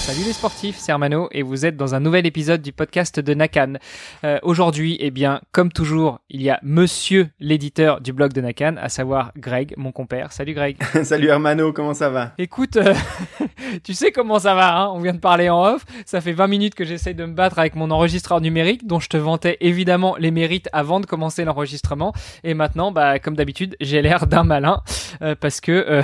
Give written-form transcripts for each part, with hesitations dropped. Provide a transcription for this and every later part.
Salut les sportifs, c'est Armano et vous êtes dans un nouvel épisode du podcast de Nakan. Aujourd'hui, eh bien, comme toujours, il y a monsieur l'éditeur du blog de Nakan, à savoir Greg, mon compère. Salut Greg. Salut Armano, comment ça va? Écoute, tu sais comment ça va, hein? On vient de parler en off. Ça fait 20 minutes que j'essaye de me battre avec mon enregistreur numérique, dont je te vantais évidemment les mérites avant de commencer l'enregistrement. Et maintenant, comme d'habitude, j'ai l'air d'un malin parce que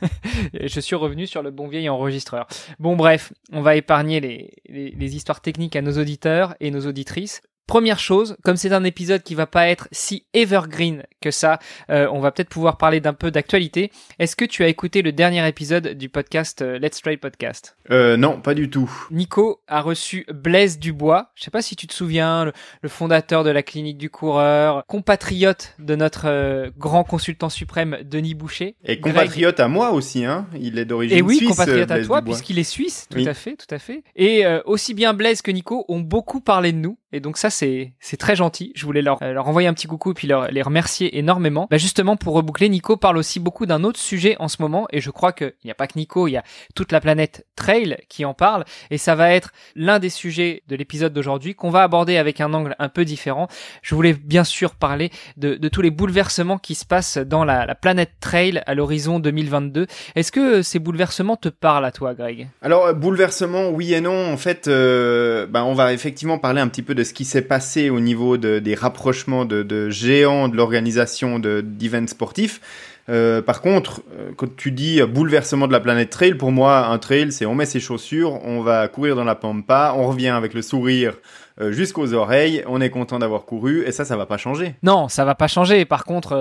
je suis revenu sur le bon vieil enregistreur. Bon, bref. On va épargner les histoires techniques à nos auditeurs et nos auditrices. Première chose, comme c'est un épisode qui va pas être si evergreen que ça, on va peut-être pouvoir parler d'un peu d'actualité. Est-ce que tu as écouté le dernier épisode du podcast Let's Trail Podcast? Non, pas du tout. Nico a reçu Blaise Dubois. Je sais pas si tu te souviens, le fondateur de la clinique du coureur, compatriote de notre grand consultant suprême Denis Boucher. Et compatriote à moi aussi, hein. Il est d'origine suisse. Et oui, compatriote à toi, Dubois. puisqu'il est suisse. Tout Oui. à fait. Et aussi bien Blaise que Nico ont beaucoup parlé de nous. Et donc ça, c'est très gentil. Je voulais leur envoyer un petit coucou et puis les remercier énormément. Justement, pour reboucler, Nico parle aussi beaucoup d'un autre sujet en ce moment. Et je crois qu'il n'y a pas que Nico, il y a toute la planète Trail qui en parle. Et ça va être l'un des sujets de l'épisode d'aujourd'hui qu'on va aborder avec un angle un peu différent. Je voulais bien sûr parler de tous les bouleversements qui se passent dans la planète Trail à l'horizon 2022. Est-ce que ces bouleversements te parlent à toi, Greg? Alors, bouleversement, oui et non. En fait, on va effectivement parler un petit peu de ce qui s'est passé au niveau des rapprochements de géants de l'organisation d'events sportifs. Par contre, quand tu dis bouleversement de la planète trail, pour moi, un trail, c'est on met ses chaussures, on va courir dans la pampa, on revient avec le sourire jusqu'aux oreilles, on est content d'avoir couru, et ça va pas changer. Non, ça va pas changer. Par contre,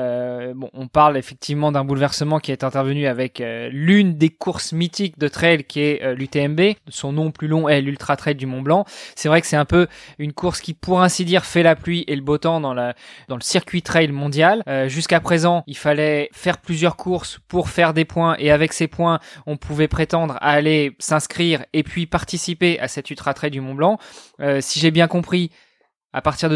on parle effectivement d'un bouleversement qui est intervenu avec l'une des courses mythiques de trail qui est l'UTMB. Son nom plus long est l'Ultra Trail du Mont Blanc. C'est vrai que c'est un peu une course qui, pour ainsi dire, fait la pluie et le beau temps dans le circuit trail mondial. Jusqu'à présent, il fallait faire plusieurs courses pour faire des points, et avec ces points, on pouvait prétendre à aller s'inscrire et puis participer à cet Ultra Trail du Mont Blanc. Si j'ai bien compris, à partir de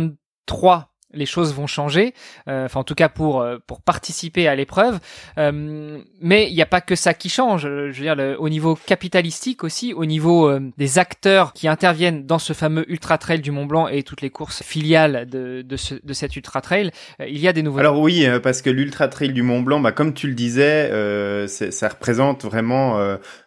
2023, les choses vont changer, en tout cas pour participer à l'épreuve, mais il n'y a pas que ça qui change. Je veux dire, au niveau capitalistique aussi, au niveau des acteurs qui interviennent dans ce fameux Ultra Trail du Mont Blanc et toutes les courses filiales de cet Ultra Trail, il y a des nouveaux. Alors oui, parce que l'Ultra Trail du Mont Blanc, comme tu le disais, ça représente vraiment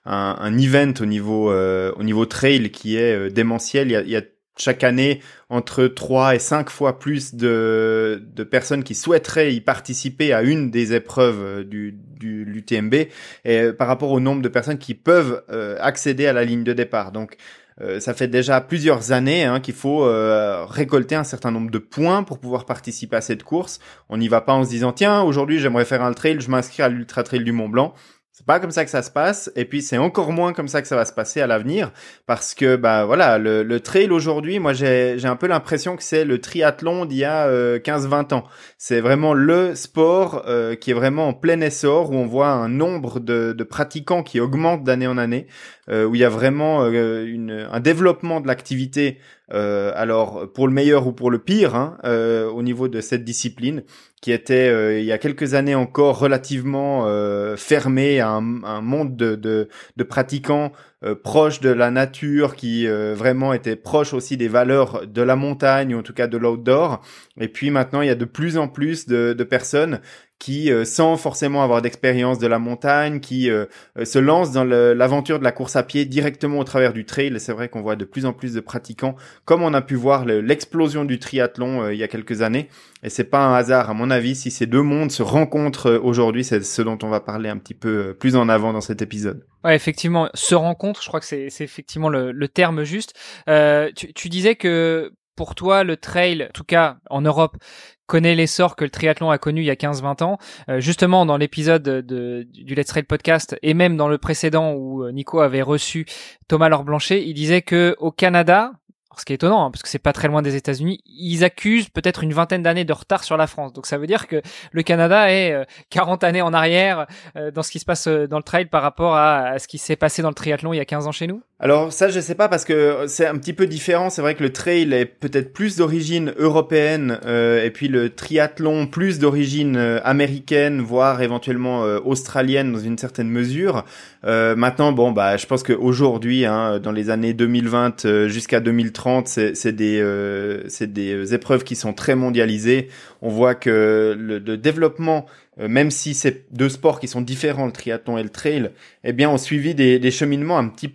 un event au niveau trail qui est démentiel. Il y a chaque année entre 3 et 5 fois plus de personnes qui souhaiteraient y participer à une des épreuves du l'UTMB, et par rapport au nombre de personnes qui peuvent accéder à la ligne de départ. Donc ça fait déjà plusieurs années qu'il faut récolter un certain nombre de points pour pouvoir participer à cette course. On n'y va pas en se disant tiens, aujourd'hui j'aimerais faire un trail, je m'inscris à l'Ultra Trail du Mont Blanc. C'est pas comme ça que ça se passe, et puis c'est encore moins comme ça que ça va se passer à l'avenir, parce que le trail aujourd'hui, moi j'ai un peu l'impression que c'est le triathlon d'il y a 15-20 ans. C'est vraiment le sport qui est vraiment en plein essor, où on voit un nombre de pratiquants qui augmente d'année en année, où il y a vraiment un développement de l'activité, alors pour le meilleur ou pour le pire, au niveau de cette discipline, qui était il y a quelques années encore relativement fermé à un monde de pratiquants proches de la nature, qui vraiment étaient proches aussi des valeurs de la montagne, ou en tout cas de l'outdoor. Et puis maintenant, il y a de plus en plus de personnes qui, sans forcément avoir d'expérience de la montagne, qui se lancent dans l'aventure de la course à pied directement au travers du trail. C'est vrai qu'on voit de plus en plus de pratiquants, comme on a pu voir l'explosion du triathlon il y a quelques années. Et c'est pas un hasard, à mon avis, si ces deux mondes se rencontrent aujourd'hui. C'est ce dont on va parler un petit peu plus en avant dans cet épisode. Ouais, effectivement, se rencontre, je crois que c'est effectivement le terme juste. Tu disais que pour toi, le trail, en tout cas en Europe, connaît l'essor que le triathlon a connu il y a 15-20 ans. Justement, dans l'épisode du Let's Trail Podcast, et même dans le précédent où Nico avait reçu Thomas Laure-Blanchet, il disait que au Canada, ce qui est étonnant, parce que c'est pas très loin des États-Unis, ils accusent peut-être une vingtaine d'années de retard sur la France. Donc ça veut dire que le Canada est 40 années en arrière dans ce qui se passe dans le trail par rapport à ce qui s'est passé dans le triathlon il y a 15 ans chez nous. Alors ça, je sais pas parce que c'est un petit peu différent. C'est vrai que le trail est peut-être plus d'origine européenne et puis le triathlon plus d'origine américaine, voire éventuellement australienne dans une certaine mesure. Maintenant, bon, bah, je pense qu'aujourd'hui, dans les années 2020 jusqu'à 2030, c'est des épreuves qui sont très mondialisées. On voit que le développement, même si c'est deux sports qui sont différents, le triathlon et le trail, eh bien, ont suivi des cheminements un petit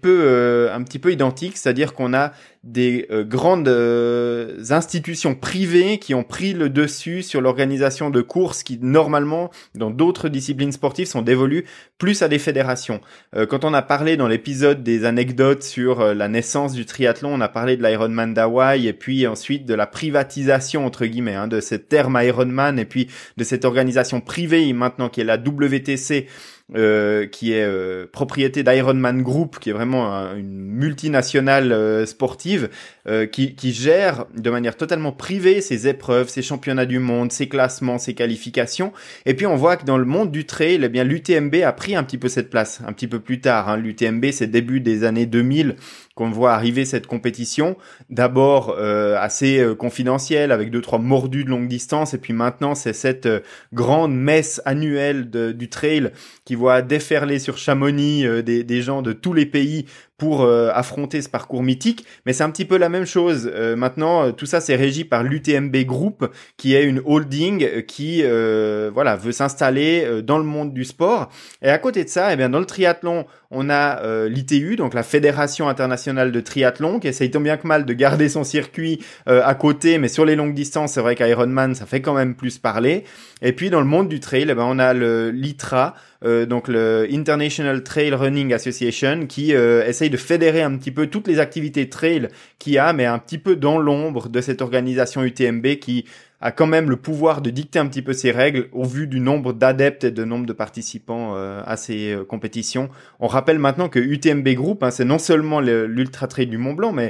peu identiques, c'est-à-dire qu'on a des grandes institutions privées qui ont pris le dessus sur l'organisation de courses qui, normalement, dans d'autres disciplines sportives, sont dévolues plus à des fédérations. Quand on a parlé dans l'épisode des anecdotes sur la naissance du triathlon, on a parlé de l'Ironman d'Hawaï et puis ensuite de la privatisation, entre guillemets, de ce terme Ironman et puis de cette organisation privée maintenant qui est la WTC, qui est propriété d'Ironman Group, qui est vraiment une multinationale sportive, qui gère de manière totalement privée ses épreuves, ses championnats du monde, ses classements, ses qualifications. Et puis on voit que dans le monde du trail, eh bien l'UTMB a pris un petit peu cette place, un petit peu plus tard. L'UTMB, c'est début des années 2000 qu'on voit arriver cette compétition, d'abord assez confidentielle, avec 2-3 mordus de longue distance, et puis maintenant c'est cette grande messe annuelle du trail qui voit déferler sur Chamonix des gens de tous les pays pour affronter ce parcours mythique. Mais c'est un petit peu la même chose. Maintenant, tout ça c'est régi par l'UTMB Group, qui est une holding qui veut s'installer dans le monde du sport. Et à côté de ça, eh bien dans le triathlon, on a l'ITU, donc la Fédération internationale de triathlon, qui essaye tant bien que mal de garder son circuit à côté, mais sur les longues distances, c'est vrai qu'Ironman, ça fait quand même plus parler. Et puis dans le monde du trail, eh ben on a l'ITRA, donc le International Trail Running Association, qui essaye de fédérer un petit peu toutes les activités trail qu'il y a, mais un petit peu dans l'ombre de cette organisation UTMB qui a quand même le pouvoir de dicter un petit peu ses règles au vu du nombre d'adeptes et de nombre de participants à ces compétitions. On rappelle maintenant que UTMB Group, c'est non seulement l'Ultra Trail du Mont Blanc, mais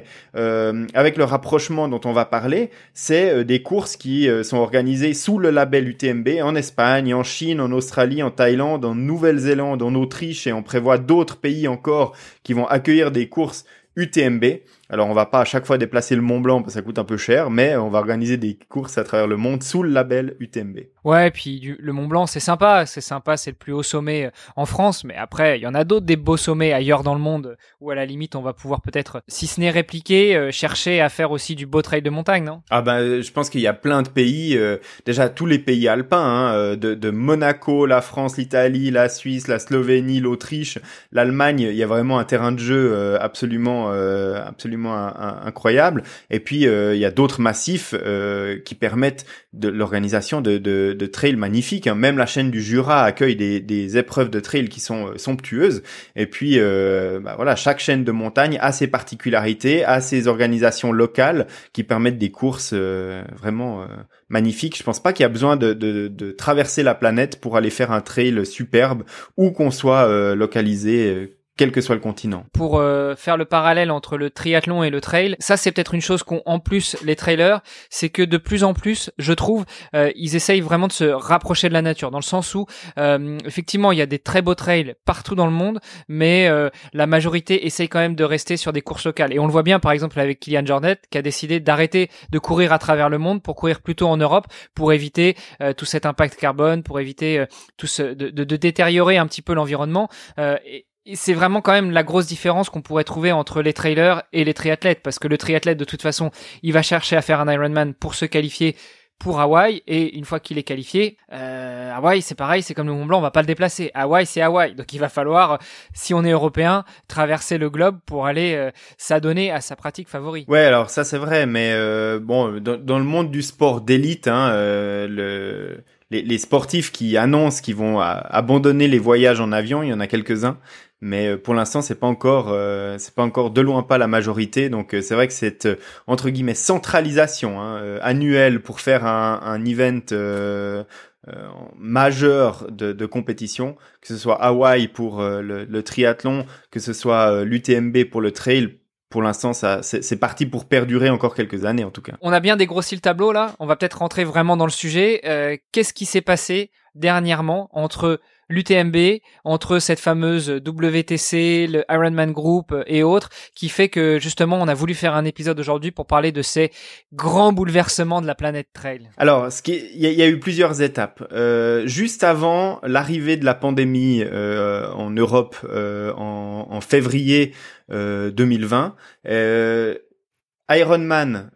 avec le rapprochement dont on va parler, c'est des courses qui sont organisées sous le label UTMB en Espagne, en Chine, en Australie, en Thaïlande, en Nouvelle-Zélande, en Autriche, et on prévoit d'autres pays encore qui vont accueillir des courses UTMB. Alors, on va pas à chaque fois déplacer le Mont Blanc parce que ça coûte un peu cher, mais on va organiser des courses à travers le monde sous le label UTMB. Ouais, et puis le Mont Blanc, c'est sympa, c'est le plus haut sommet en France, mais après, il y en a d'autres des beaux sommets ailleurs dans le monde où à la limite, on va pouvoir peut-être, si ce n'est répliquer, chercher à faire aussi du beau trail de montagne, non? Ah je pense qu'il y a plein de pays, déjà tous les pays alpins, de Monaco, la France, l'Italie, la Suisse, la Slovénie, l'Autriche, l'Allemagne, il y a vraiment un terrain de jeu absolument incroyable. Et puis il y a d'autres massifs qui permettent de l'organisation de trails magnifiques. Même la chaîne du Jura accueille des épreuves de trail qui sont somptueuses. Et puis chaque chaîne de montagne a ses particularités, a ses organisations locales qui permettent des courses vraiment magnifiques. Je pense pas qu'il y a besoin de traverser la planète pour aller faire un trail superbe où qu'on soit localisé, quel que soit le continent. Pour faire le parallèle entre le triathlon et le trail, ça c'est peut-être une chose qu'ont en plus les trailers, c'est que de plus en plus, je trouve, ils essayent vraiment de se rapprocher de la nature, dans le sens où effectivement il y a des très beaux trails partout dans le monde, mais la majorité essaye quand même de rester sur des courses locales. Et on le voit bien par exemple avec Kilian Jornet qui a décidé d'arrêter de courir à travers le monde pour courir plutôt en Europe, pour éviter tout cet impact carbone, pour éviter de détériorer un petit peu l'environnement. Et c'est vraiment quand même la grosse différence qu'on pourrait trouver entre les trailers et les triathlètes, parce que le triathlète, de toute façon, il va chercher à faire un Ironman pour se qualifier pour Hawaï, et une fois qu'il est qualifié, Hawaï, c'est pareil, c'est comme le Mont Blanc, on va pas le déplacer. Hawaï, c'est Hawaï. Donc il va falloir, si on est européen, traverser le globe pour aller s'adonner à sa pratique favorite. Ouais, alors ça c'est vrai, mais dans le monde du sport d'élite, les sportifs qui annoncent qu'ils vont abandonner les voyages en avion, il y en a quelques-uns. Mais pour l'instant, c'est pas encore de loin pas la majorité. Donc c'est vrai que cette entre guillemets centralisation annuelle pour faire un event majeur de compétition, que ce soit Hawaï pour le triathlon, que ce soit l'UTMB pour le trail. Pour l'instant, c'est parti pour perdurer encore quelques années en tout cas. On a bien dégrossi le tableau là. On va peut-être rentrer vraiment dans le sujet. Qu'est-ce qui s'est passé dernièrement entre l'UTMB, entre cette fameuse WTC, le Ironman Group et autres, qui fait que justement on a voulu faire un épisode aujourd'hui pour parler de ces grands bouleversements de la planète trail. Alors, il y a eu plusieurs étapes. Juste avant l'arrivée de la pandémie en Europe en février 2020, Ironman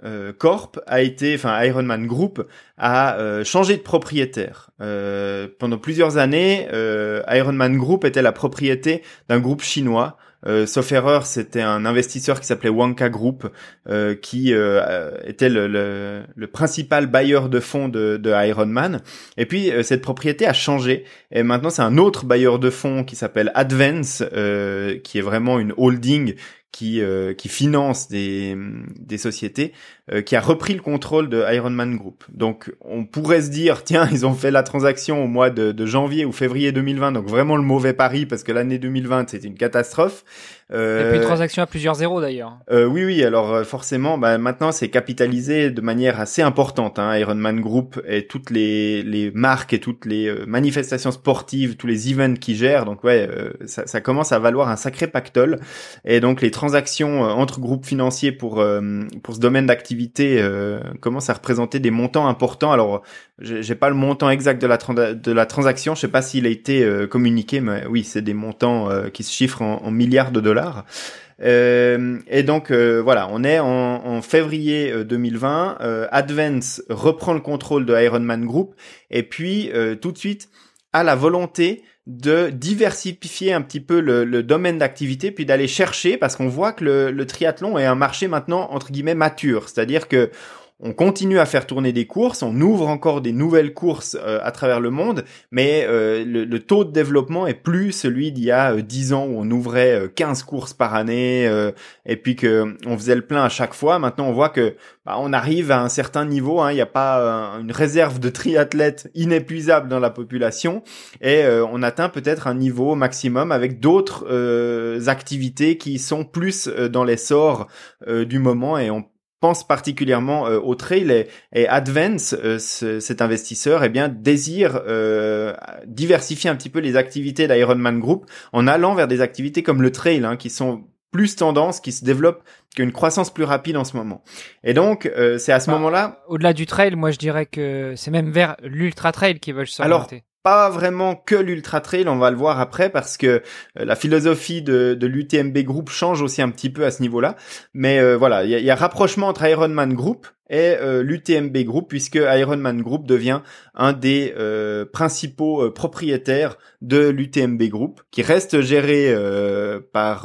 Ironman Group a changé de propriétaire. Pendant plusieurs années, Ironman Group était la propriété d'un groupe chinois. Sauf erreur, c'était un investisseur qui s'appelait Wanka Group, qui était le principal bailleur de fonds de Ironman. Et puis cette propriété a changé, et maintenant c'est un autre bailleur de fonds qui s'appelle Advance, qui est vraiment une holding qui finance des sociétés, qui a repris le contrôle de Ironman Group. Donc on pourrait se dire, tiens, ils ont fait la transaction au mois de janvier ou février 2020, donc vraiment le mauvais pari, parce que l'année 2020 c'était une catastrophe. Et puis une transaction à plusieurs zéros d'ailleurs. Oui, alors forcément, maintenant c'est capitalisé de manière assez importante, hein, Ironman Group, et toutes les marques et toutes les manifestations sportives, tous les events qu'ils gèrent, donc ça commence à valoir un sacré pactole. Et donc les transactions entre groupes financiers pour ce domaine d'activité commencent à représenter des montants importants. Alors j'ai pas le montant exact de la transaction, je sais pas s'il a été communiqué, mais oui, c'est des montants qui se chiffrent en milliards de dollars. Et donc voilà, on est en février 2020. Advance reprend le contrôle de Ironman Group, et puis tout de suite a la volonté de diversifier un petit peu le domaine d'activité, puis d'aller chercher, parce qu'on voit que le triathlon est un marché maintenant entre guillemets mature, c'est-à-dire que on continue à faire tourner des courses, on ouvre encore des nouvelles courses à travers le monde, mais le taux de développement est plus celui d'il y a 10 ans où on ouvrait 15 courses par année et puis que on faisait le plein à chaque fois. Maintenant, on voit que on arrive à un certain niveau, hein, il n'y a pas une réserve de triathlètes inépuisable dans la population, et on atteint peut-être un niveau maximum avec d'autres activités qui sont plus dans l'essor du moment, et on pense particulièrement au trail, et Advance, cet investisseur, désire diversifier un petit peu les activités d'Ironman Group en allant vers des activités comme le trail, hein, qui sont plus tendance, qui se développent, qui ont une croissance plus rapide en ce moment. Et donc, c'est à ce moment-là... Au-delà du trail, moi je dirais que c'est même vers l'ultra trail qu'ils veulent s'orienter. Pas vraiment que l'ultra trail, on va le voir après, parce que la philosophie de l'UTMB Group change aussi un petit peu à ce niveau-là. Mais voilà, il y a rapprochement entre Ironman Group et l'UTMB Group, puisque Ironman Group devient un des principaux propriétaires de l'UTMB Group, qui reste géré par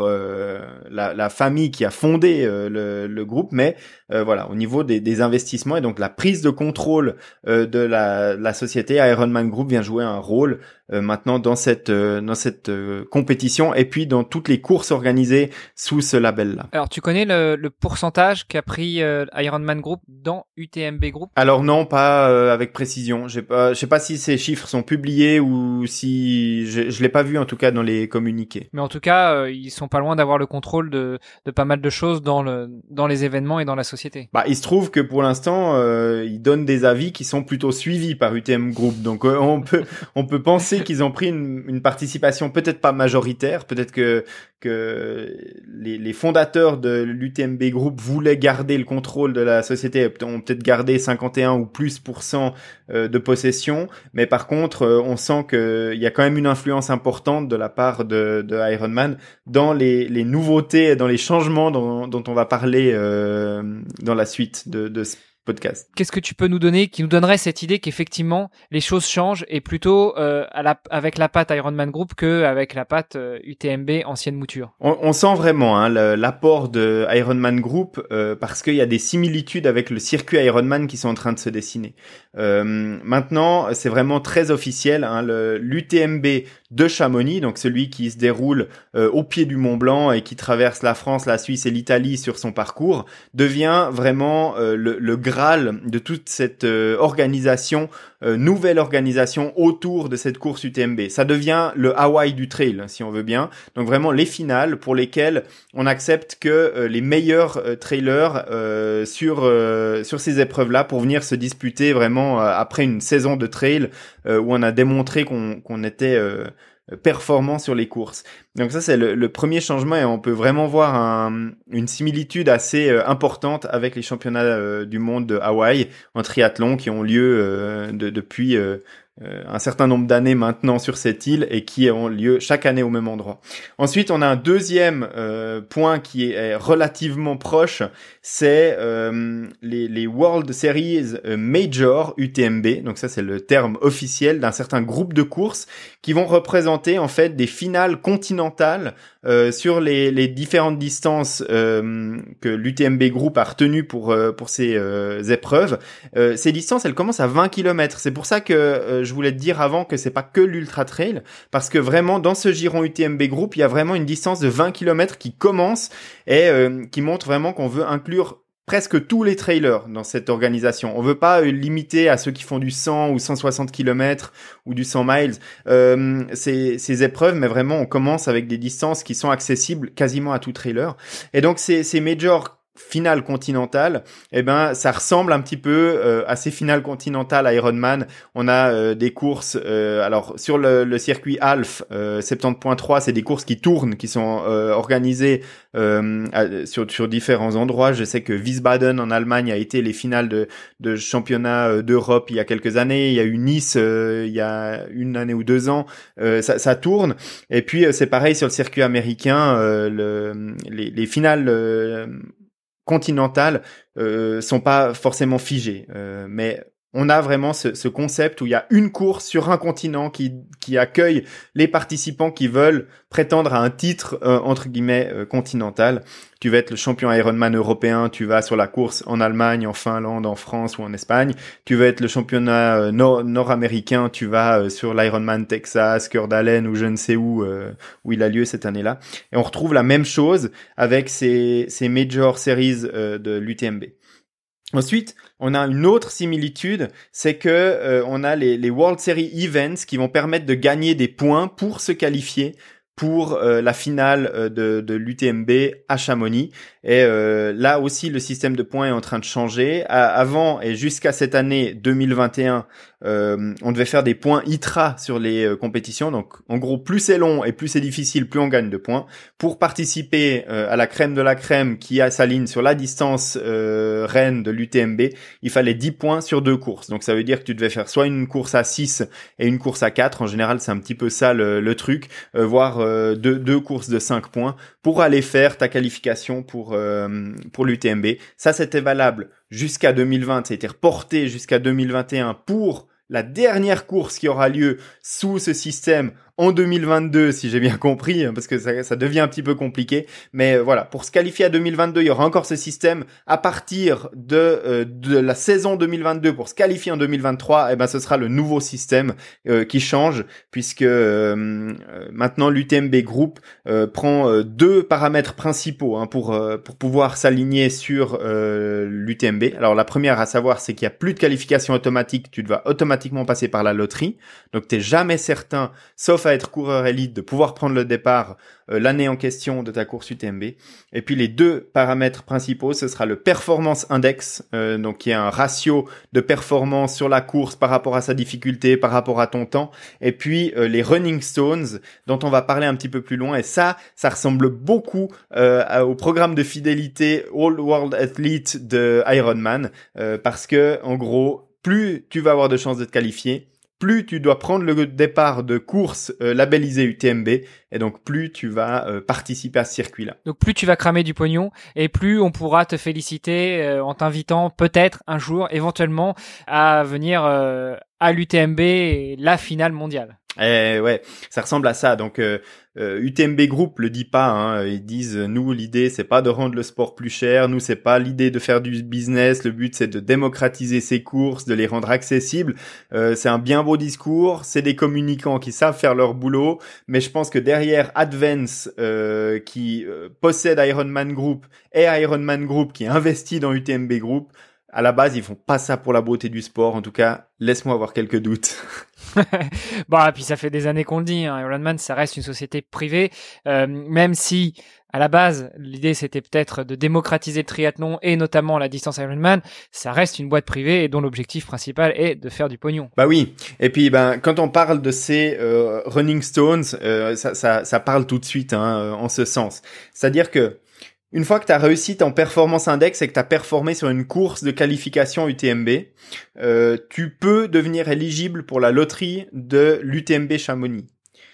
la famille qui a fondé le groupe, mais voilà, au niveau des investissements et donc la prise de contrôle de la société, Ironman Group vient jouer un rôle maintenant dans cette compétition, et puis dans toutes les courses organisées sous ce label-là. Alors tu connais le pourcentage qu'a pris Ironman Group dans UTMB Group? Alors non, pas avec précision. Je sais pas si ces chiffres sont publiés ou si je l'ai pas vu, en tout cas dans les communiqués. Mais en tout cas, ils sont pas loin d'avoir le contrôle de pas mal de choses dans les événements et dans la société. Il se trouve que pour l'instant, ils donnent des avis qui sont plutôt suivis par UTM Group. Donc on peut penser qu'ils ont pris une participation peut-être pas majoritaire, peut-être que les fondateurs de l'UTMB Group voulaient garder le contrôle de la société, ont peut-être gardé 51 ou plus % de possession, mais par contre on sent qu'il y a quand même une influence importante de la part de Ironman dans les nouveautés et dans les changements dont on va parler dans la suite de ce podcast. Qu'est-ce que tu peux nous donner qui nous donnerait cette idée qu'effectivement les choses changent, et plutôt avec la patte Ironman Group que avec la patte UTMB ancienne mouture? On sent vraiment l'apport de Ironman Group parce qu'il y a des similitudes avec le circuit Ironman qui sont en train de se dessiner. Maintenant, c'est vraiment très officiel. L'UTMB de Chamonix, donc celui qui se déroule au pied du Mont Blanc et qui traverse la France, la Suisse et l'Italie sur son parcours, devient vraiment le Graal de toute cette organisation, nouvelle organisation autour de cette course UTMB. Ça devient le Hawaï du trail, si on veut bien. Donc vraiment les finales pour lesquelles on accepte que les meilleurs trailers sur ces épreuves-là pour venir se disputer vraiment après une saison de trail où on a démontré qu'on était performant sur les courses. Donc ça c'est le premier changement et on peut vraiment voir une similitude assez importante avec les championnats du monde de Hawaï en triathlon qui ont lieu depuis un certain nombre d'années maintenant sur cette île et qui ont lieu chaque année au même endroit. Ensuite, on a un deuxième point qui est relativement proche, c'est les World Series Major UTMB. Donc ça, c'est le terme officiel d'un certain groupe de courses qui vont représenter en fait des finales continentales sur les différentes distances que l'UTMB Group a retenues pour ces épreuves. Ces distances, elles commencent à 20 km. C'est pour ça que je voulais te dire avant que c'est pas que l'ultra trail, parce que vraiment dans ce giron UTMB Group, il y a vraiment une distance de 20 km qui commence et qui montre vraiment qu'on veut inclure presque tous les trailers dans cette organisation. On veut pas limiter à ceux qui font du 100 ou 160 km ou du 100 miles ces épreuves, mais vraiment on commence avec des distances qui sont accessibles quasiment à tout trailer. Et donc ces majors finale continentale, eh ben ça ressemble un petit peu à ces finales continentales Ironman. On a des courses alors sur le circuit Alf 70.3, c'est des courses qui tournent, qui sont organisées sur différents endroits. Je sais que Wiesbaden en Allemagne a été les finales de championnat d'Europe il y a quelques années. Il y a eu Nice il y a une année ou 2 ans. Ça tourne. Et puis c'est pareil sur le circuit américain. Les finales continentales sont pas forcément figées, mais on a vraiment ce concept où il y a une course sur un continent qui accueille les participants qui veulent prétendre à un titre entre guillemets continental. Tu vas être le champion Ironman européen, tu vas sur la course en Allemagne, en Finlande, en France ou en Espagne. Tu vas être le championnat nord-américain, tu vas sur l'Ironman Texas, Coeur d'Alene ou je ne sais où il a lieu cette année-là. Et on retrouve la même chose avec ces Major Series de l'UTMB. Ensuite, on a une autre similitude, c'est que on a les World Series Events qui vont permettre de gagner des points pour se qualifier pour la finale de l'UTMB à Chamonix. Et là aussi, le système de points est en train de changer. Avant et jusqu'à cette année 2021, on devait faire des points ITRA sur les compétitions. Donc, en gros, plus c'est long et plus c'est difficile, plus on gagne de points. Pour participer à la crème de la crème qui s'aligne sur la distance reine de l'UTMB, il fallait 10 points sur 2 courses. Donc, ça veut dire que tu devais faire soit une course à 6 et une course à 4. En général, c'est un petit peu ça le truc, voire deux courses de 5 points pour aller faire ta qualification pour l'UTMB. Ça, c'était valable jusqu'à 2020. Ça a été reporté jusqu'à 2021 pour la dernière course qui aura lieu sous ce système en 2022, si j'ai bien compris, parce que ça devient un petit peu compliqué. Mais voilà, pour se qualifier à 2022, il y aura encore ce système. À partir de la saison 2022, pour se qualifier en 2023, eh ben ce sera le nouveau système qui change, puisque maintenant l'UTMB Group prend 2 paramètres principaux pour pouvoir s'aligner sur l'UTMB. Alors la première à savoir, c'est qu'il y a plus de qualification automatique, tu dois automatiquement passer par la loterie. Donc t'es jamais certain, sauf à être coureur élite, de pouvoir prendre le départ l'année en question de ta course UTMB. Et puis les 2 paramètres principaux, ce sera le performance index, donc qui est un ratio de performance sur la course par rapport à sa difficulté, par rapport à ton temps. Et puis les running stones, dont on va parler un petit peu plus loin. Et ça ressemble beaucoup au programme de fidélité All World Athlete de Ironman, parce que en gros, plus tu vas avoir de chances de te qualifier, plus tu dois prendre le départ de course labellisé UTMB, et donc plus tu vas participer à ce circuit-là. Donc plus tu vas cramer du pognon, et plus on pourra te féliciter en t'invitant peut-être un jour, éventuellement, à venir à l'UTMB, la finale mondiale. Ouais, ça ressemble à ça. Donc UTMB Group le dit pas. Hein. Ils disent nous l'idée c'est pas de rendre le sport plus cher. Nous c'est pas l'idée de faire du business. Le but c'est de démocratiser ces courses, de les rendre accessibles. C'est un bien beau discours. C'est des communicants qui savent faire leur boulot. Mais je pense que derrière Advance qui possède Ironman Group et Ironman Group qui investit dans UTMB Group, à la base ils font pas ça pour la beauté du sport. En tout cas, laisse-moi avoir quelques doutes. Bon, et puis ça fait des années qu'on le dit, hein, Ironman, ça reste une société privée, même si à la base l'idée c'était peut-être de démocratiser le triathlon et notamment la distance Ironman, ça reste une boîte privée et dont l'objectif principal est de faire du pognon. Bah oui, et puis quand on parle de ces Running Stones, ça parle tout de suite en ce sens. C'est-à-dire que une fois que tu as réussi ton performance index et que tu as performé sur une course de qualification UTMB, tu peux devenir éligible pour la loterie de l'UTMB Chamonix.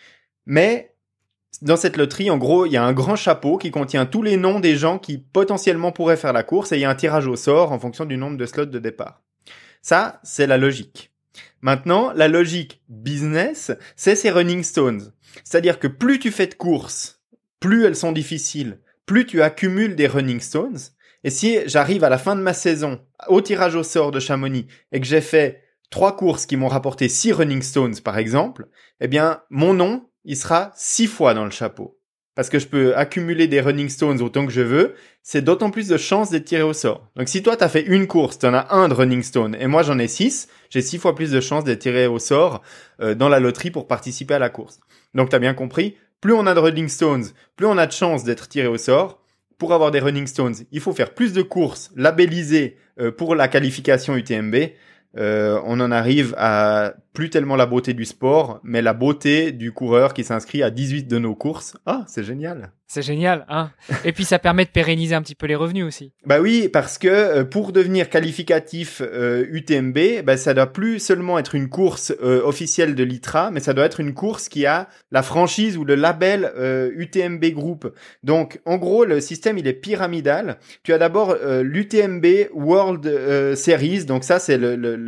Mais dans cette loterie, en gros, il y a un grand chapeau qui contient tous les noms des gens qui potentiellement pourraient faire la course et il y a un tirage au sort en fonction du nombre de slots de départ. Ça, c'est la logique. Maintenant, la logique business, c'est ces Running Stones. C'est-à-dire que plus tu fais de courses, plus elles sont difficiles, plus tu accumules des Running Stones. Et si j'arrive à la fin de ma saison au tirage au sort de Chamonix et que j'ai fait 3 courses qui m'ont rapporté 6 Running Stones par exemple, eh bien mon nom, il sera 6 fois dans le chapeau. Parce que je peux accumuler des Running Stones autant que je veux, c'est d'autant plus de chances d'être tiré au sort. Donc si toi t'as fait une course, t'en as un de Running Stone et moi j'en ai 6, j'ai 6 fois plus de chances d'être tiré au sort dans la loterie pour participer à la course. Donc t'as bien compris, plus on a de Running Stones, plus on a de chances d'être tiré au sort. Pour avoir des Running Stones, il faut faire plus de courses labellisées pour la qualification UTMB. On en arrive à plus tellement la beauté du sport, mais la beauté du coureur qui s'inscrit à 18 de nos courses. Ah, c'est génial. C'est génial, hein. Et puis ça permet de pérenniser un petit peu les revenus aussi. Bah oui, parce que pour devenir qualificatif UTMB, ça doit plus seulement être une course officielle de l'ITRA, mais ça doit être une course qui a la franchise ou le label UTMB Group. Donc en gros, le système il est pyramidal. Tu as d'abord l'UTMB World Series, donc ça c'est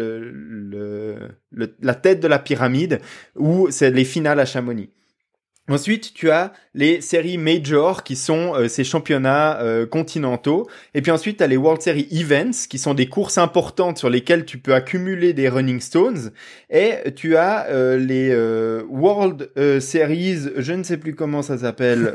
la tête de la pyramide où c'est les finales à Chamonix. Ensuite, tu as les séries major qui sont ces championnats continentaux. Et puis ensuite, tu as les World Series Events qui sont des courses importantes sur lesquelles tu peux accumuler des Running Stones. Et tu as les World Series, je ne sais plus comment ça s'appelle,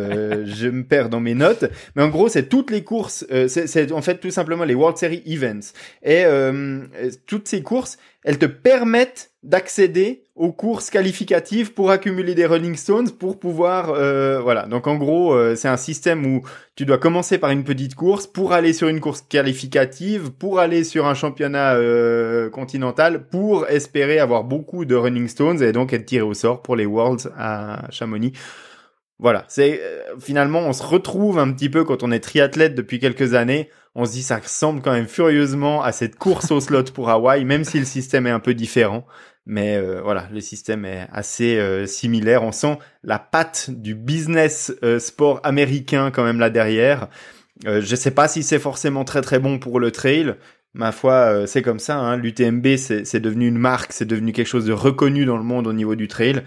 je me perds dans mes notes. Mais en gros, c'est toutes les courses, c'est en fait tout simplement les World Series Events. Et toutes ces courses, elles te permettent d'accéder aux courses qualificatives pour accumuler des Running Stones pour pouvoir voilà. Donc en gros, c'est un système où tu dois commencer par une petite course pour aller sur une course qualificative, pour aller sur un championnat continental, pour espérer avoir beaucoup de Running Stones et donc être tiré au sort pour les Worlds à Chamonix. Voilà, c'est finalement on se retrouve un petit peu quand on est triathlète depuis quelques années, on se dit ça ressemble quand même furieusement à cette course au slot pour Hawaï, même si le système est un peu différent. Mais voilà, le système est assez similaire. On sent la patte du business sport américain quand même là derrière. Je sais pas si c'est forcément très très bon pour le trail. Ma foi, c'est comme ça. Hein. L'UTMB, c'est devenu une marque, c'est devenu quelque chose de reconnu dans le monde au niveau du trail.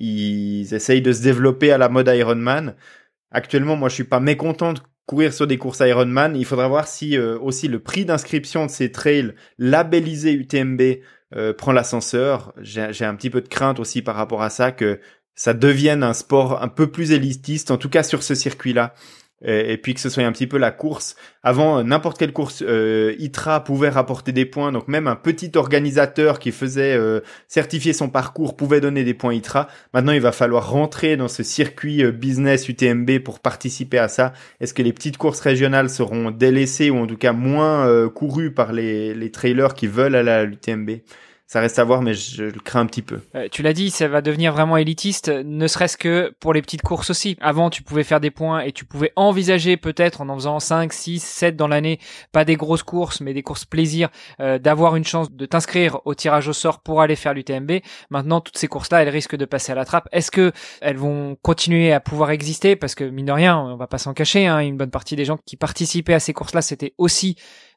Ils essayent de se développer à la mode Ironman. Actuellement, moi, je suis pas mécontent de courir sur des courses Ironman. Il faudra voir si aussi le prix d'inscription de ces trails labellisés UTMB prend l'ascenseur. J'ai un petit peu de crainte aussi par rapport à ça, que ça devienne un sport un peu plus élitiste, en tout cas sur ce circuit-là. Et puis que ce soit un petit peu la course. Avant, n'importe quelle course ITRA pouvait rapporter des points. Donc même un petit organisateur qui faisait certifier son parcours pouvait donner des points ITRA. Maintenant, il va falloir rentrer dans ce circuit business UTMB pour participer à ça. Est-ce que les petites courses régionales seront délaissées ou en tout cas moins courues par les trailers qui veulent aller à l'UTMB ? Ça reste à voir, mais je le crains un petit peu. Tu l'as dit, ça va devenir vraiment élitiste, ne serait-ce que pour les petites courses aussi. Avant, tu pouvais faire des points et tu pouvais envisager peut-être en faisant 5, 6, 7 dans l'année, pas des grosses courses, mais des courses plaisir, d'avoir une chance de t'inscrire au tirage au sort pour aller faire l'UTMB. Maintenant, toutes ces courses-là, elles risquent de passer à la trappe. Est-ce que elles vont continuer à pouvoir exister ? Parce que mine de rien, on va pas s'en cacher, hein, une bonne partie des gens qui participaient à ces courses-là, c'était aussi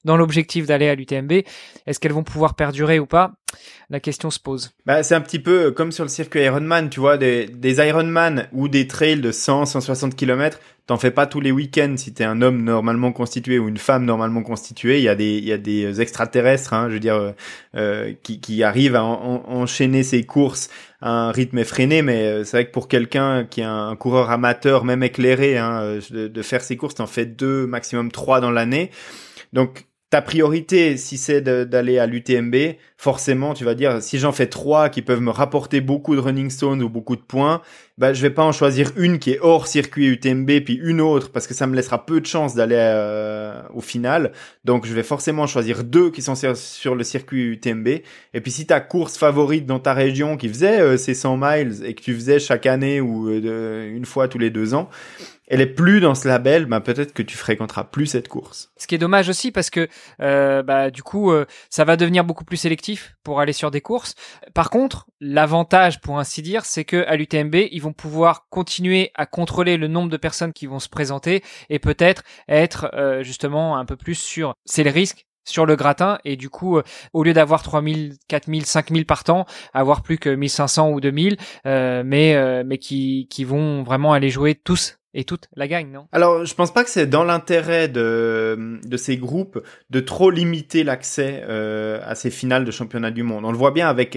dans l'objectif d'aller à l'UTMB. Est-ce qu'elles vont pouvoir perdurer ou pas? La question se pose. Bah, c'est un petit peu comme sur le circuit Ironman, tu vois, des Ironman ou des trails de 100, 160 km, t'en fais pas tous les week-ends si t'es un homme normalement constitué ou une femme normalement constituée. Il y a des extraterrestres, hein, je veux dire, qui arrivent à enchaîner ces courses à un rythme effréné, mais c'est vrai que pour quelqu'un qui est un coureur amateur, même éclairé, hein, de faire ces courses, t'en fais 2, maximum 3 dans l'année. Donc, ta priorité, si c'est d'aller à l'UTMB, forcément, tu vas dire, si j'en fais 3 qui peuvent me rapporter beaucoup de running stones ou beaucoup de points, bah, je vais pas en choisir une qui est hors circuit UTMB puis une autre parce que ça me laissera peu de chance d'aller au final. Donc, je vais forcément choisir 2 qui sont sur le circuit UTMB. Et puis, si ta course favorite dans ta région qui faisait ces 100 miles et que tu faisais chaque année ou une fois tous les 2 ans, elle est plus dans ce label, bah peut-être que tu fréquenteras plus cette course. Ce qui est dommage aussi parce que du coup ça va devenir beaucoup plus sélectif pour aller sur des courses. Par contre, l'avantage pour ainsi dire, c'est que à l'UTMB, ils vont pouvoir continuer à contrôler le nombre de personnes qui vont se présenter et peut-être être justement un peu plus sur c'est le risque sur le gratin et du coup au lieu d'avoir 3000, 4000, 5000 partants, avoir plus que 1500 ou 2000 mais qui vont vraiment aller jouer tous et toute la gagne, non? Alors, je pense pas que c'est dans l'intérêt de ces groupes de trop limiter l'accès à ces finales de championnat du monde. On le voit bien avec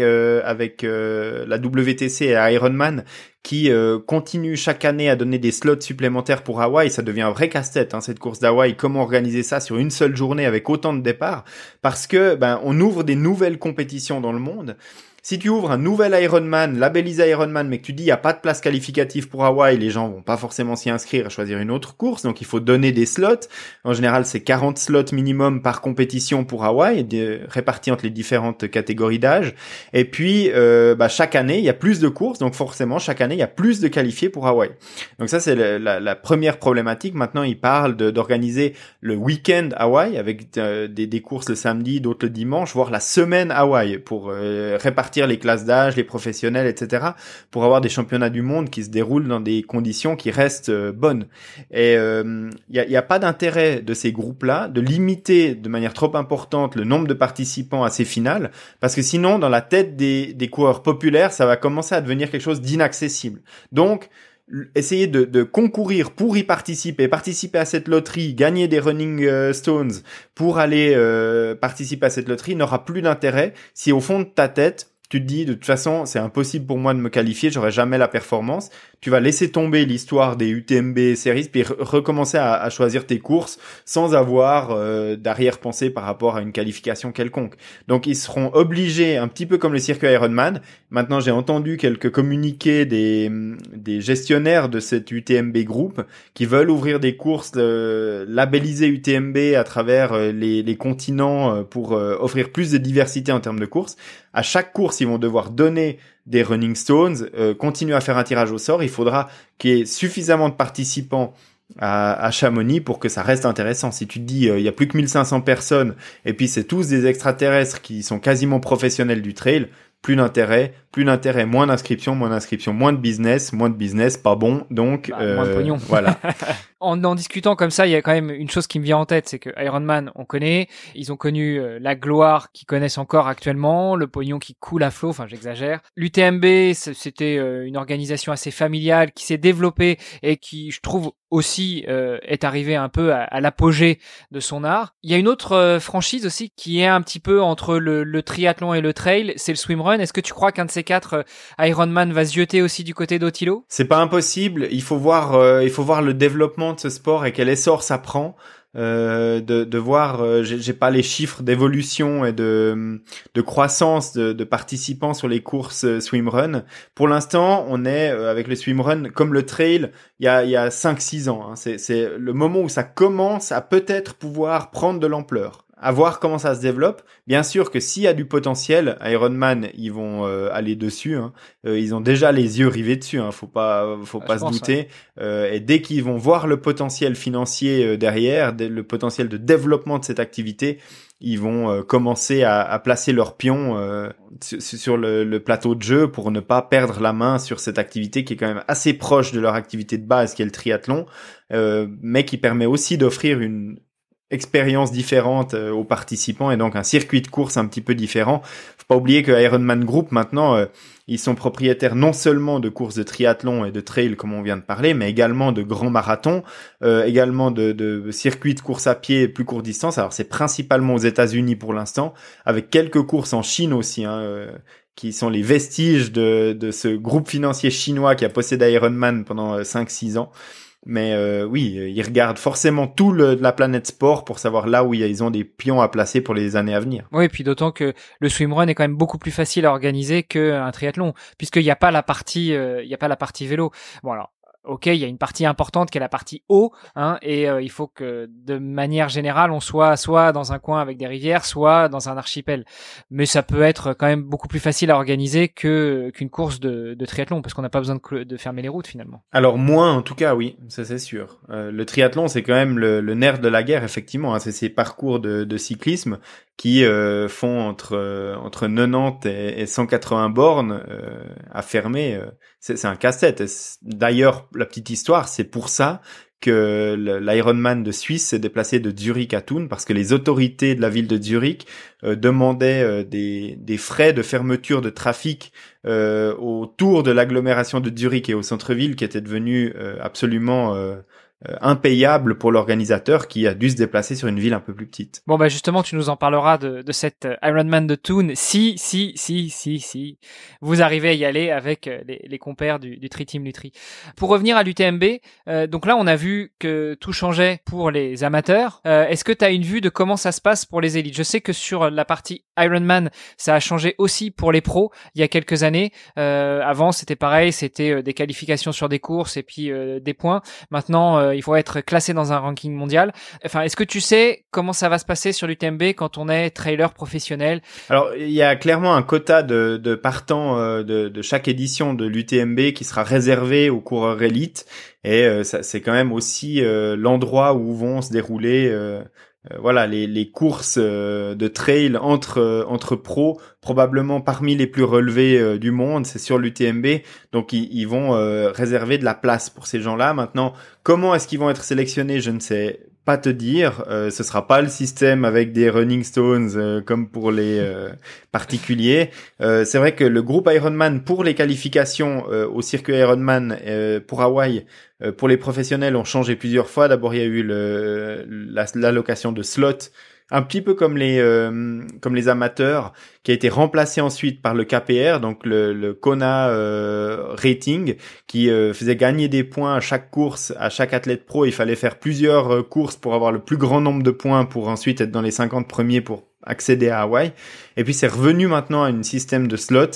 la WTC et Ironman qui continue chaque année à donner des slots supplémentaires pour Hawaï. Ça devient un vrai casse-tête, hein, cette course d'Hawaï. Comment organiser ça sur une seule journée avec autant de départs? Parce que on ouvre des nouvelles compétitions dans le monde. Si tu ouvres un nouvel Ironman, labellisé Ironman, mais que tu dis il n'y a pas de place qualificative pour Hawaï, les gens vont pas forcément s'y inscrire et choisir une autre course, donc il faut donner des slots. En général, c'est 40 slots minimum par compétition pour Hawaï, répartis entre les différentes catégories d'âge. Et puis, chaque année, il y a plus de courses, donc forcément, chaque année, il y a plus de qualifiés pour Hawaï. Donc ça, c'est la première problématique. Maintenant, ils parlent d'organiser le week-end Hawaï avec des courses le samedi, d'autres le dimanche, voire la semaine Hawaï pour répartir les classes d'âge, les professionnels, etc., pour avoir des championnats du monde qui se déroulent dans des conditions qui restent bonnes. Et il y a pas d'intérêt de ces groupes-là de limiter de manière trop importante le nombre de participants à ces finales, parce que sinon, dans la tête des coureurs populaires, ça va commencer à devenir quelque chose d'inaccessible. Donc, essayer de concourir pour y participer à cette loterie, gagner des running stones pour aller participer à cette loterie n'aura plus d'intérêt si au fond de ta tête, tu te dis, de toute façon, c'est impossible pour moi de me qualifier, j'aurai jamais la performance. Tu vas laisser tomber l'histoire des UTMB Series, puis recommencer à choisir tes courses sans avoir d'arrière-pensée par rapport à une qualification quelconque. Donc, ils seront obligés, un petit peu comme le circuit Ironman. Maintenant, j'ai entendu quelques communiqués des gestionnaires de cette UTMB Group qui veulent ouvrir des courses labellisées UTMB à travers les continents pour offrir plus de diversité en termes de courses. À chaque course, ils vont devoir donner des running stones, continuer à faire un tirage au sort. Il faudra qu'il y ait suffisamment de participants à Chamonix pour que ça reste intéressant. Si tu te dis il y a plus que 1500 personnes et puis c'est tous des extraterrestres qui sont quasiment professionnels du trail, plus d'intérêt, moins d'inscriptions, moins de business, pas bon, donc moins de pognon. Voilà. En discutant comme ça, il y a quand même une chose qui me vient en tête, c'est que Ironman, on connaît, ils ont connu la gloire qu'ils connaissent encore actuellement, le pognon qui coule à flot, enfin j'exagère. L'UTMB, c'était une organisation assez familiale qui s'est développée et qui, je trouve, aussi est arrivée un peu à l'apogée de son art. Il y a une autre franchise aussi qui est un petit peu entre le triathlon et le trail, c'est le swimrun. Est-ce que tu crois qu'un de ces 4 Ironman va se jeter aussi du côté d'Otilo? C'est pas impossible, il faut voir le développement de ce sport et quel essor ça prend. De voir, j'ai pas les chiffres d'évolution et de croissance de participants sur les courses swimrun. Pour l'instant, on est avec le swimrun comme le trail il y a 5-6 ans. Hein. C'est le moment où ça commence à peut-être pouvoir prendre de l'ampleur. À voir comment ça se développe. Bien sûr que s'il y a du potentiel, Ironman, ils vont aller dessus. Hein. Ils ont déjà les yeux rivés dessus. Hein. Faut pas se douter. Ouais. Et dès qu'ils vont voir le potentiel financier derrière, le potentiel de développement de cette activité, ils vont commencer à placer leurs pions sur le plateau de jeu pour ne pas perdre la main sur cette activité qui est quand même assez proche de leur activité de base, qui est le triathlon, mais qui permet aussi d'offrir une expériences différentes aux participants et donc un circuit de course un petit peu différent. Faut pas oublier que Ironman Group maintenant ils sont propriétaires non seulement de courses de triathlon et de trail comme on vient de parler, mais également de grands marathons, également de circuits de course à pied plus courte distance. Alors c'est principalement aux États-Unis pour l'instant, avec quelques courses en Chine aussi, qui sont les vestiges de ce groupe financier chinois qui a possédé Ironman pendant 5-6 ans. Mais oui, ils regardent forcément tout la planète sport pour savoir là où ils ont des pions à placer pour les années à venir. Oui, et puis d'autant que le swimrun est quand même beaucoup plus facile à organiser qu'un triathlon, puisqu'il n'y a pas la partie, vélo. Bon alors. Ok, il y a une partie importante qui est la partie eau, et il faut que de manière générale on soit dans un coin avec des rivières, soit dans un archipel. Mais ça peut être quand même beaucoup plus facile à organiser qu'une course de triathlon, parce qu'on n'a pas besoin de fermer les routes finalement. Alors moins en tout cas, oui, ça c'est sûr. Le triathlon c'est quand même le nerf de la guerre effectivement. C'est ces parcours de cyclisme qui font entre 90 et 180 bornes à fermer. C'est un casse-tête. D'ailleurs, la petite histoire, c'est pour ça que l'Ironman de Suisse s'est déplacé de Zurich à Thun, parce que les autorités de la ville de Zurich demandaient des frais de fermeture de trafic autour de l'agglomération de Zurich et au centre-ville, qui était devenu absolument impayable pour l'organisateur, qui a dû se déplacer sur une ville un peu plus petite. Bon, justement, tu nous en parleras de cette Ironman de Thun, si vous arrivez à y aller avec les compères du Tri-Team Nutri. Pour revenir à l'UTMB, donc là, on a vu que tout changeait pour les amateurs. Est-ce que tu as une vue de comment ça se passe pour les élites? Je sais que sur la partie Ironman, ça a changé aussi pour les pros il y a quelques années. Avant, c'était pareil, c'était des qualifications sur des courses et puis des points. Maintenant, il faut être classé dans un ranking mondial. Enfin, est-ce que tu sais comment ça va se passer sur l'UTMB quand on est trailer professionnel? Alors, il y a clairement un quota de partants de chaque édition de l'UTMB qui sera réservé aux coureurs élites, et c'est quand même aussi l'endroit où vont se dérouler les courses de trail entre pros, probablement parmi les plus relevés du monde, c'est sur l'UTMB. Donc ils vont réserver de la place pour ces gens-là. Maintenant, comment est-ce qu'ils vont être sélectionnés, je ne sais pas te dire. Ce sera pas le système avec des running stones comme pour les particuliers. C'est vrai que le groupe Ironman pour les qualifications au circuit Ironman pour Hawaï, pour les professionnels, ont changé plusieurs fois. D'abord, il y a eu l'allocation de slots, un petit peu comme les amateurs, qui a été remplacé ensuite par le KPR, donc le Kona rating, qui faisait gagner des points à chaque course, à chaque athlète pro. Il fallait faire plusieurs courses pour avoir le plus grand nombre de points pour ensuite être dans les 50 premiers pour accéder à Hawaï. Et puis c'est revenu maintenant à un système de slots.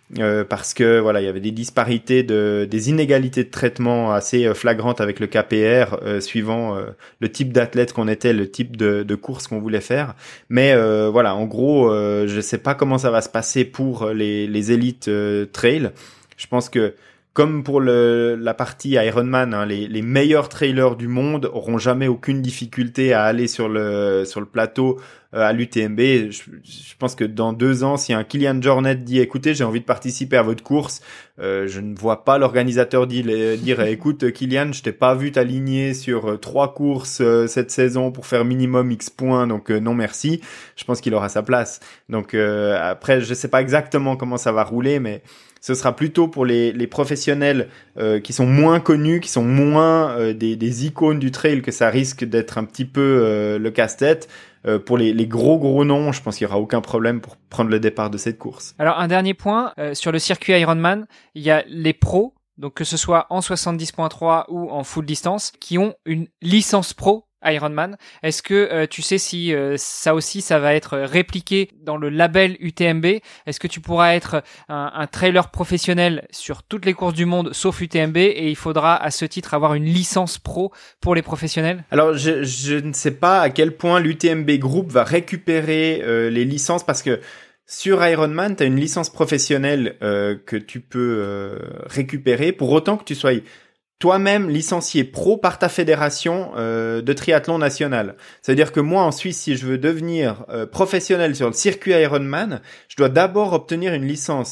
Parce que voilà, il y avait des disparités des inégalités de traitement assez flagrantes avec le KPR suivant le type d'athlète qu'on était, le type de course qu'on voulait faire. Mais voilà, en gros, je sais pas comment ça va se passer pour les élites trail. Je pense que comme pour la partie Ironman, les meilleurs trailers du monde auront jamais aucune difficulté à aller sur le plateau à l'UTMB. Je pense que dans 2 ans, si un Kilian Jornet dit écoutez, j'ai envie de participer à votre course, je ne vois pas l'organisateur dire écoute Kilian, je t'ai pas vu t'aligner sur 3 courses cette saison pour faire minimum X points, donc non merci. Je pense qu'il aura sa place. Donc après, je sais pas exactement comment ça va rouler, mais ce sera plutôt pour les professionnels qui sont moins connus, qui sont moins des icônes du trail, que ça risque d'être un petit peu le casse-tête. Pour les gros noms, je pense qu'il y aura aucun problème pour prendre le départ de cette course. Alors un dernier point, sur le circuit Ironman, il y a les pros, donc que ce soit en 70.3 ou en full distance, qui ont une licence pro Ironman. Est-ce que tu sais si ça aussi ça va être répliqué dans le label UTMB? Est-ce que tu pourras être un trailer professionnel sur toutes les courses du monde sauf UTMB, et il faudra à ce titre avoir une licence pro pour les professionnels? Alors je ne sais pas à quel point l'UTMB Group va récupérer les licences, parce que sur Ironman, tu as une licence professionnelle que tu peux récupérer pour autant que tu sois toi-même licencié pro par ta fédération de triathlon national. C'est-à-dire que moi, en Suisse, si je veux devenir professionnel sur le circuit Ironman, je dois d'abord obtenir une licence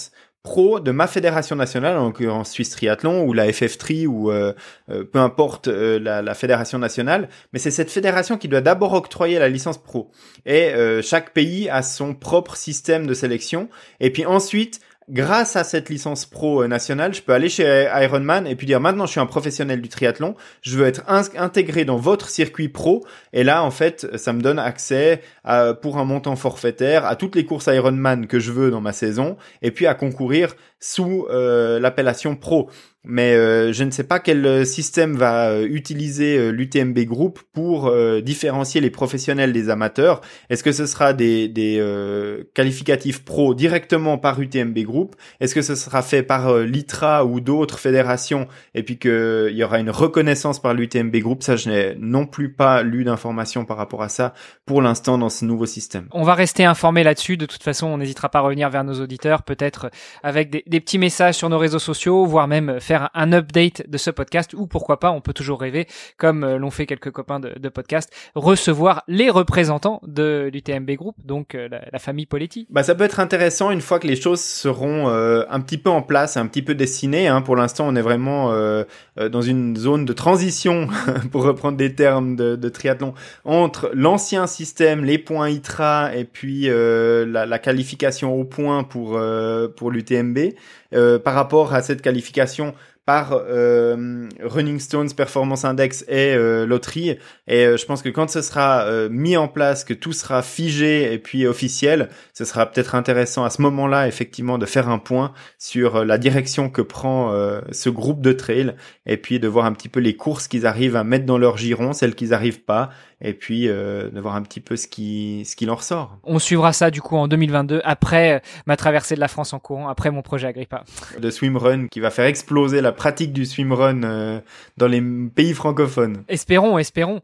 pro de ma fédération nationale, en l'occurrence Swiss Triathlon ou la FF3 ou peu importe la fédération nationale, mais c'est cette fédération qui doit d'abord octroyer la licence pro. Et chaque pays a son propre système de sélection. Et puis ensuite, grâce à cette licence pro nationale, je peux aller chez Ironman et puis dire maintenant je suis un professionnel du triathlon, je veux être intégré dans votre circuit pro et là en fait ça me donne accès pour un montant forfaitaire à toutes les courses Ironman que je veux dans ma saison et puis à concourir sous l'appellation pro. Mais je ne sais pas quel système va utiliser l'UTMB Group pour différencier les professionnels des amateurs. Est-ce que ce sera des qualificatifs pro directement par UTMB Group? Est-ce que ce sera fait par l'ITRA ou d'autres fédérations et puis qu'il y aura une reconnaissance par l'UTMB Group? Ça, je n'ai non plus pas lu d'informations par rapport à ça pour l'instant dans ce nouveau système. On va rester informé là-dessus. De toute façon, on n'hésitera pas à revenir vers nos auditeurs, peut-être avec des petits messages sur nos réseaux sociaux, voire même faire un update de ce podcast, ou pourquoi pas, on peut toujours rêver, comme l'ont fait quelques copains de podcast, recevoir les représentants de l'UTMB Group, donc la famille Poletti. Bah, ça peut être intéressant une fois que les choses seront un petit peu en place, un petit peu dessinées. Pour l'instant, on est vraiment dans une zone de transition, pour reprendre des termes de triathlon, entre l'ancien système, les points ITRA, et puis la qualification au point pour l'UTMB. Par rapport à cette qualification par Running Stones, Performance Index et loterie. Et je pense que quand ce sera mis en place, que tout sera figé et puis officiel, ce sera peut-être intéressant à ce moment-là, effectivement, de faire un point sur la direction que prend ce groupe de trail et puis de voir un petit peu les courses qu'ils arrivent à mettre dans leur giron, celles qu'ils arrivent pas, et puis de voir un petit peu ce qui en ressort. On suivra ça du coup en 2022, après ma traversée de la France en courant, après mon projet Agrippa. De swimrun qui va faire exploser la pratique du swimrun dans les pays francophones. Espérons.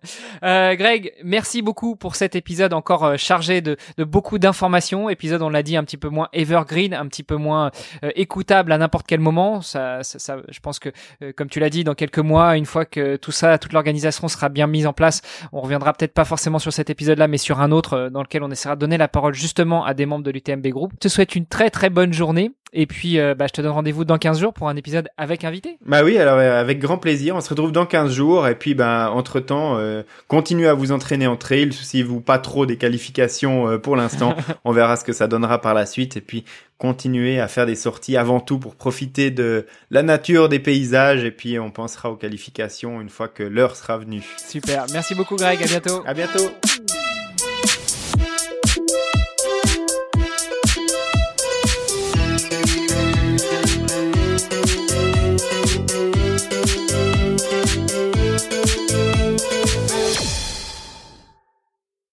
Greg, merci beaucoup pour cet épisode encore chargé de beaucoup d'informations. Épisode, on l'a dit, un petit peu moins evergreen, un petit peu moins écoutable à n'importe quel moment. Ça, je pense que, comme tu l'as dit, dans quelques mois, une fois que tout ça, toute l'organisation sera bien mise en place, on reviendra peut-être pas forcément sur cet épisode-là, mais sur un autre dans lequel on essaiera de donner la parole justement à des membres de l'UTMB Group. Je te souhaite une très très bonne journée. Et puis, je te donne rendez-vous dans 15 jours pour un épisode avec invité. Bah oui, alors avec grand plaisir. On se retrouve dans 15 jours. Et puis, entre-temps, continuez à vous entraîner en trail. Souciez-vous pas trop des qualifications pour l'instant. On verra ce que ça donnera par la suite. Et puis, continuez à faire des sorties avant tout pour profiter de la nature, des paysages. Et puis, on pensera aux qualifications une fois que l'heure sera venue. Super. Merci beaucoup, Greg. À bientôt. À bientôt.